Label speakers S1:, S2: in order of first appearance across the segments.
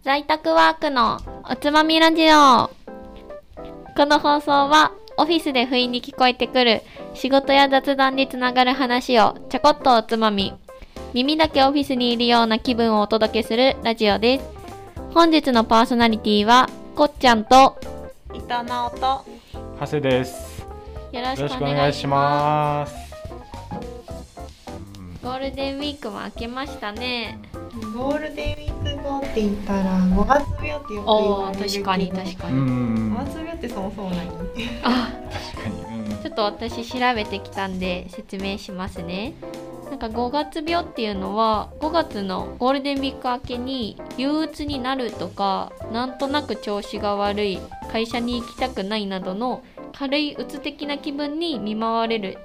S1: 在宅ワークのおつまみラジオ。この放送はオフィスで不意に聞こえてくる仕事や雑談につながる話をちょこっとおつまみ、耳だけオフィスにいるような気分をお届けするラジオです。本日のパーソナリティはこっちゃんと
S2: 伊藤直人、
S3: 長谷です。
S1: よろしくお
S3: よろしくお願いし
S1: 願いしま
S3: ます。
S1: す。ゴールデンウィークも明けましたね。
S2: ゴールデンウィーク後って言ったら5月病ってよく言われるけど、
S1: 確かに確かに。
S2: 5月病ってそもそも何？
S1: あ、
S3: 確かに、
S1: ちょっと私調べてきたんで説明しますね。なんか5月病っていうのは5月のゴールデンウィーク明けに憂鬱になるとか、なんとなく調子が悪い、会社に行きたくないなどの軽い鬱的な気分に見舞われる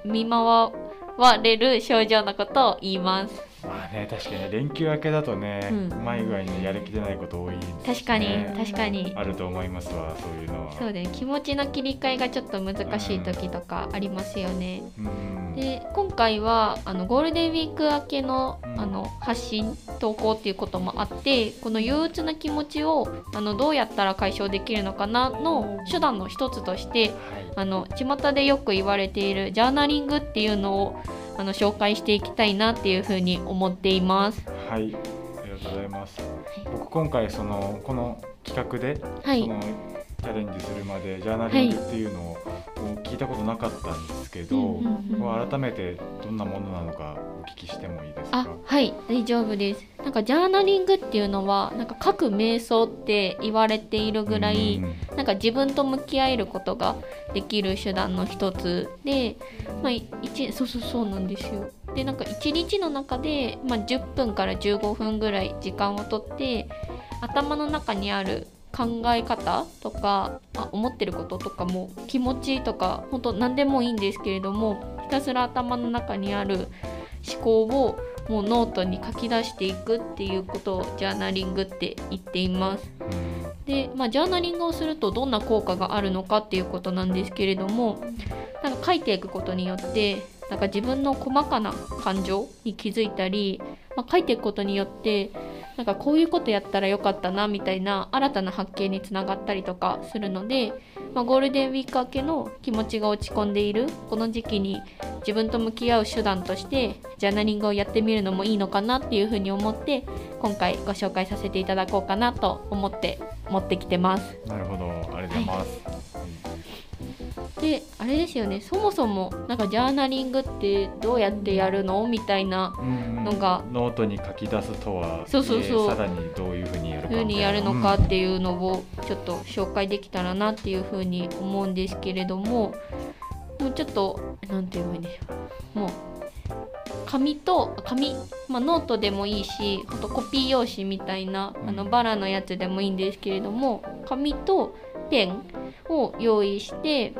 S1: 症状のことを言います。
S3: まあね、確かに連休明けだとね、
S1: うん
S3: うまい具合にやる気出ないこと多いですね。
S1: 確かに確かに。
S3: あると思いますわ、そういうのは。
S1: そうで、気持ちの切り替えがちょっと難しい時とかありますよね。で、今回はゴールデンウィーク明けの、発信投稿っていうこともあって、この憂鬱な気持ちをどうやったら解消できるのかなの手段の一つとして、巷でよく言われているジャーナリングっていうのを紹介していきたいなっていうふうに思っています。
S3: はい、ありがとうございます。僕今回この企画で、
S1: はい
S3: そのチャレンジするまでジャーナリングっていうのを聞いたことなかったんですけど、改めてどんなものなのかお聞きしてもいいですか？
S1: はい、大丈夫です。なんかジャーナリングっていうのはなんか書く瞑想って言われているぐらい、なんか自分と向き合えることができる手段の一つで、そうなんですよ。で、なんか1日の中で、10分から15分ぐらい時間をとって、頭の中にある考え方とか思ってることとかも気持ちとか本当何でもいいんですけれども、ひたすら頭の中にある思考をもうノートに書き出していくっていうことをジャーナリングって言っています。で、ジャーナリングをするとどんな効果があるのかっていうことなんですけれども、なんか書いていくことによってなんか自分の細かな感情に気づいたり、書いていくことによってなんかこういうことやったらよかったなみたいな新たな発見につながったりとかするので、ゴールデンウィーク明けの気持ちが落ち込んでいるこの時期に自分と向き合う手段としてジャーナリングをやってみるのもいいのかなっていうふうに思って、今回ご紹介させていただこうかなと思って持ってきてます。
S3: なるほど、ありがとうございます。
S1: で、あれですよね、そもそもなんかジャーナリングってどうやってやるのみたいなのが、
S3: ノートに書き出すとは、
S1: そう
S3: さらにどういうふうにやるのか
S1: っていうのをちょっと紹介できたらなっていうふうに思うんですけれども、もうちょっとなんて言えばいいんでしょう、もう紙、ノートでもいいし、ほんとコピー用紙みたいなバラのやつでもいいんですけれども、紙とペンを用意して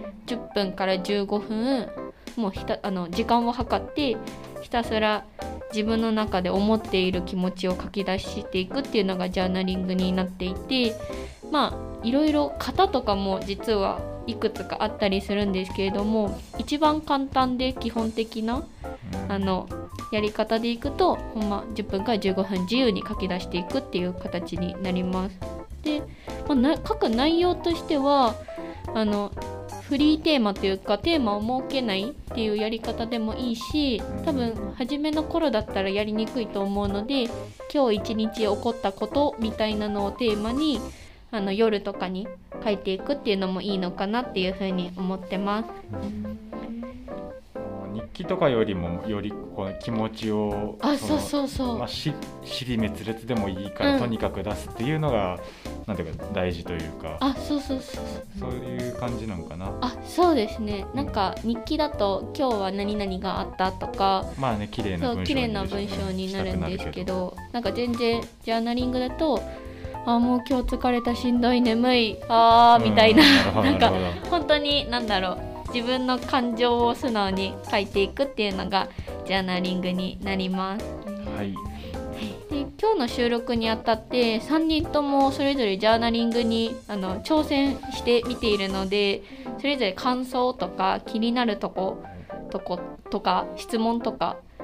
S1: 10分から15分もう時間を計ってひたすら自分の中で思っている気持ちを書き出していくっていうのがジャーナリングになっていて、いろいろ型とかも実はいくつかあったりするんですけれども、一番簡単で基本的なやり方でいくと、10分から15分自由に書き出していくっていう形になります。で、書く内容としてはフリーテーマというかテーマを設けないっていうやり方でもいいし、多分初めの頃だったらやりにくいと思うので、今日一日起こったことみたいなのをテーマに夜とかに書いていくっていうのもいいのかなっていうふうに思ってます。
S3: 日記とかよりもよりこの気持ちを尻滅裂でもいいから、とにかく出すっていうのがなんていうか大事というか、そういう感じなのかな。
S1: そうですね。なんか日記だと今日は何々があったとか、
S3: 綺麗な文章になるんですけど、
S1: なんか全然ジャーナリングだともう今日疲れた、しんどい、眠い、みたいな、なんか本当に自分の感情を素直に書いていくっていうのがジャーナリングになります。で、今日の収録にあたって3人ともそれぞれジャーナリングに挑戦してみているので、それぞれ感想とか気になるとことか質問とか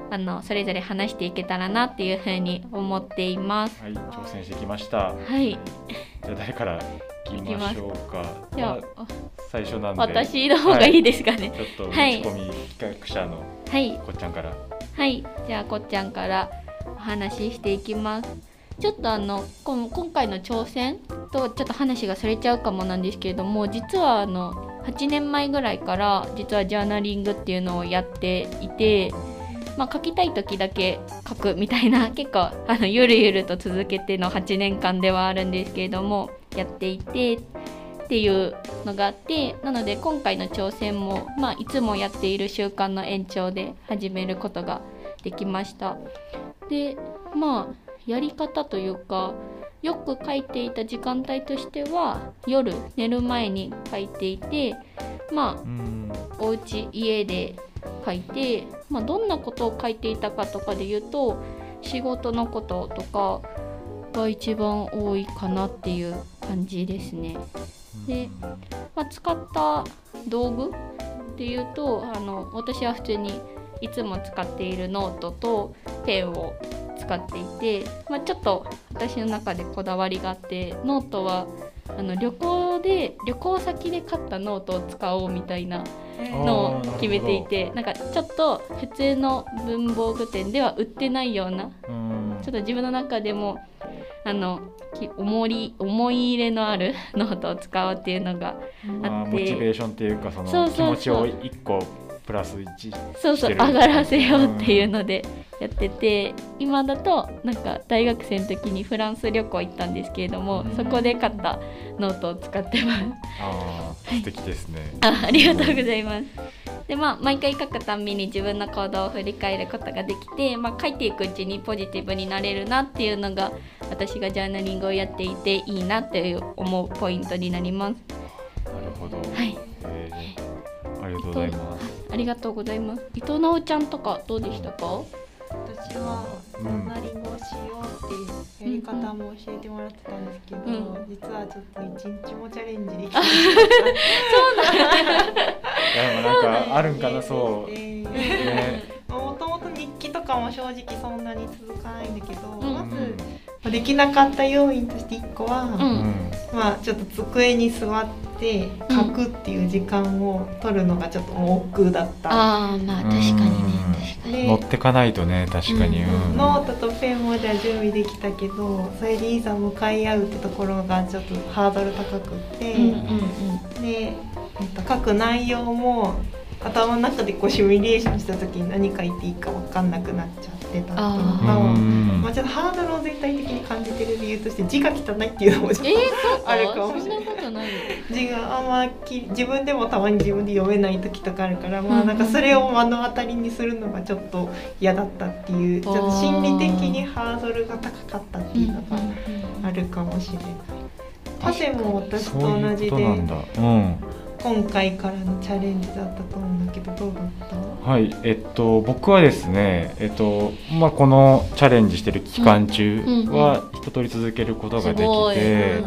S1: それぞれ話していけたらなっていうふうに思っています。
S3: はい、挑戦してきました。
S1: はい。
S3: じゃあ誰からいきましょうか。
S1: じゃ
S3: あ、最初なんで
S1: 私の方がいいですかね。
S3: ちょっと打ち込み企画者のこっちゃんから。
S1: はい、じゃあこっちゃんからお話ししていきます。ちょっと今回の挑戦とちょっと話がそれちゃうかもなんですけれども、実は8年前ぐらいから実はジャーナリングっていうのをやっていて、書きたい時だけ書くみたいな、結構ゆるゆると続けての8年間ではあるんですけれども、やっていてっていうのがあって、なので今回の挑戦も、いつもやっている習慣の延長で始めることができました。で、やり方というか、よく書いていた時間帯としては夜寝る前に書いていて、お家家で書いて、どんなことを書いていたかとかで言うと、仕事のこととかが一番多いかなっていう感じですね。で、使った道具っていうと、私は普通にいつも使っているノートとペンを使っていて、ちょっと私の中でこだわりがあって、ノートは旅行先で買ったノートを使おうみたいなのを決めていて、なんかちょっと普通の文房具店では売ってないような、ちょっと自分の中でも思い入れのあるノートを使おうっていうのがあって、
S3: モチベーションっていうか、その気持ちを1個プラス1
S1: 上がらせようっていうのでやってて、今だとなんか大学生の時にフランス旅行行ったんですけれども、そこで買ったノートを使ってます。
S3: 素敵ですね。
S1: ありがとうございます。で、毎回書くたびに自分の行動を振り返ることができて、書いていくうちにポジティブになれるなっていうのが、私がジャーナリングをやっていていいなって思うポイントになります。
S3: なるほど。
S1: はい。
S3: ありがとうございます。
S1: ありがとうございます。伊藤直ちゃんとかどうでしたか？
S2: 私はジャーナリングをしようっていうやり方も教えてもらってたんですけど、実はちょっと1日もチャレンジできなかった。
S1: そうなんだ。
S3: でもなんかあるんかな、そう。
S2: もともと日記とかも正直そんなに続かないんだけど、まずできなかった要因として1個は、ちょっと机に座って書くっていう時間を取るのがちょっと億劫だった。
S1: 確かにね。
S3: 持ってかないとね、確かに。
S2: ノートとペンまでは準備できたけど、それでいざ向かい合うってところがちょっとハードル高くて、で、書く内容も頭の中でシミュレーションした時に何書いていいか分かんなくなっちゃってたっていうのと、ちょっとハードルを全体的に感じてる理由として字が汚いっていうのもちょっとあるかもしれない。
S1: そんなことないよ。
S2: 字が自分でもたまに自分で読めない時とかあるから、なんかそれを目の当たりにするのがちょっと嫌だったっていう、ちょっと心理的にハードルが高かったっていうのがあるかもしれない。ハセも私と同じで今回からのチャレンジだったと思うんだけど、どうだった？
S3: はい、僕はですね、このチャレンジしてる期間中は一通り続けることができて、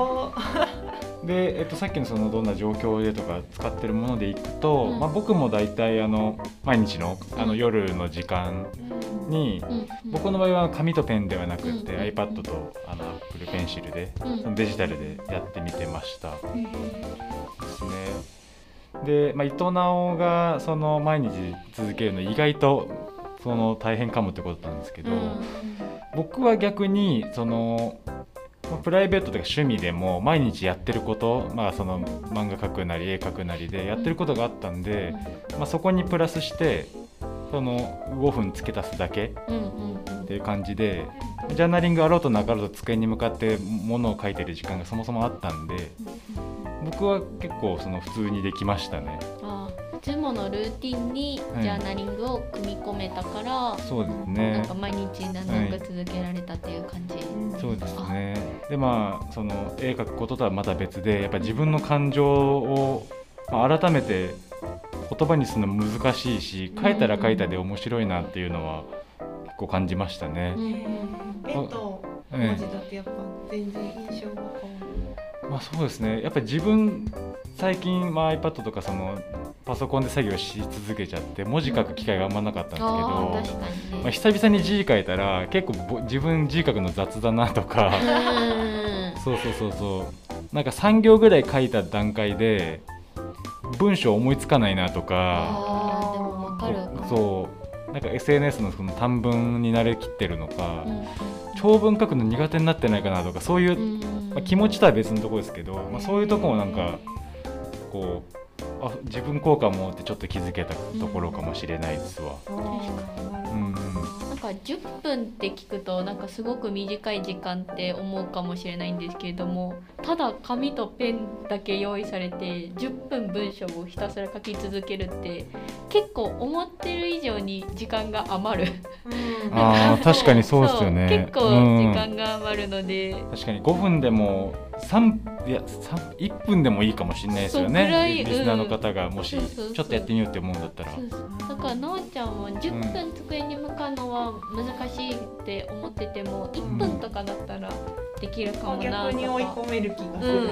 S3: で、さっきのそのどんな状況でとか使ってるものでいくと、僕もだいたい毎日の夜の時間に、僕の場合は紙とペンではなくて、iPad とApple Pencil で、デジタルでやってみてました。ですね。で、伊藤直がその毎日続けるの意外とその大変かもってことなんですけど、僕は逆にそのプライベートとか趣味でも毎日やってること、その漫画描くなり絵描くなりでやってることがあったんで、そこにプラスしてその5分付け足すだけっていう感じで、ジャーナリングあろうとなかろうと机に向かって物を書いてる時間がそもそもあったんで、僕は結構その普通にできましたね。
S1: いつものルーティンにジャーナリングを組み込めたから、
S3: そうですね。
S1: なんか毎日何か続けられたっていう感じ。
S3: そうですね。でその絵描くこととはまた別で、やっぱ自分の感情を改めて言葉にするの難しいし、書いたら書いたで面白いなっていうのは結構感じましたね。
S2: 絵と文字だってやっぱ全然印象が変わる。
S3: そうですね。やっぱり自分最近、iPad とかそのパソコンで作業し続けちゃって文字書く機会があんまなかったんですけど、
S1: 確かにね、
S3: まあ、久々に字書いたら結構自分字書くの雑だなとかそうなんか3行ぐらい書いた段階で文章思いつかないなとか、
S1: でも分かる。
S3: そうなんか SNS のその短文に慣れきってるのか、長文書くの苦手になってないかなとか、そういう、まあ、気持ちとは別のところですけど、まあ、そういうところもなんかこう自分こうかもってちょっと気づけたところかもしれないですわ。
S1: なんか10分って聞くとなんかすごく短い時間って思うかもしれないんですけれども、ただ紙とペンだけ用意されて10分文章をひたすら書き続けるって結構思ってる以上に時間が余る
S3: あ確かにそうですよね。
S1: 結構時間が余るので、
S3: 確かに5分でも1分でもいいかもしれないですよね。リスナーの方がもしちょっとやってみようって思うんだったら、
S1: だからなおちゃんは10分机に向かうのは難しいって思ってても、1分とかだったらできるかもなとか、
S2: 逆に追い込める気がする。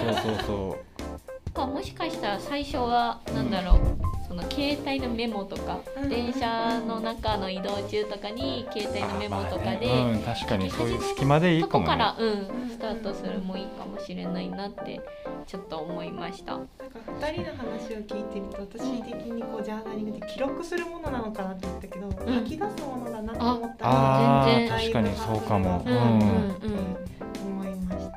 S1: もしかしたら最初はなんだろう、その携帯のメモとか、電車の中の移動中とかに携帯のメモとかで、
S3: 確かにそういう隙間でいいかもね。
S1: そこからスタートするもいいかもしれないなってちょっと思いました。
S2: なんか2人の話を聞いてると、私的にこうジャーナリングで記録するものなのかなって言ったけど、書き出すものだなと思ったら、
S1: 全然
S3: 確かにそうかも、
S2: 思いました。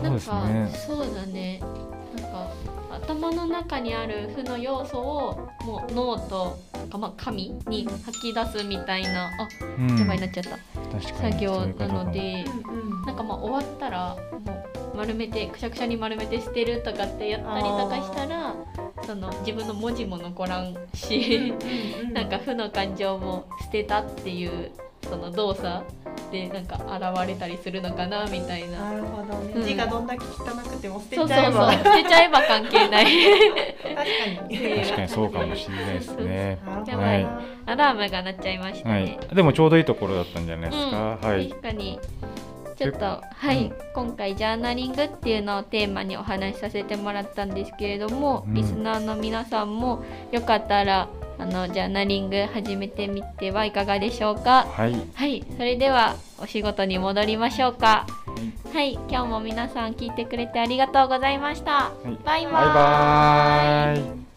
S3: そうですね。
S1: そうだね。なんか頭の中にある負の要素をもうノートとか、紙に吐き出すみたいな邪魔になっちゃった作業なので、なんか終わったらもう丸めてくしゃくしゃに丸めて捨てるとかってやったりとかしたら、その自分の文字も残らんしなんか負の感情も捨てたっていうその動作でなんか現れたりするのかなみたいな。
S2: なるほどね、字がどんだけ汚くても捨てちゃえば、
S1: 捨てちゃえば関係ない
S3: 確かにそうかもしれないですね。
S1: はい、アラームが鳴っちゃいましたね。
S3: でもちょうどいいところだったんじゃないですか。
S1: 確かにちょっと今回ジャーナリングっていうのをテーマにお話しさせてもらったんですけれども、リスナーの皆さんもよかったらジャーナリング始めてみてはいかがでしょうか。はい、それではお仕事に戻りましょうか。はい、今日も皆さん聞いてくれてありがとうございました。バイバーイ。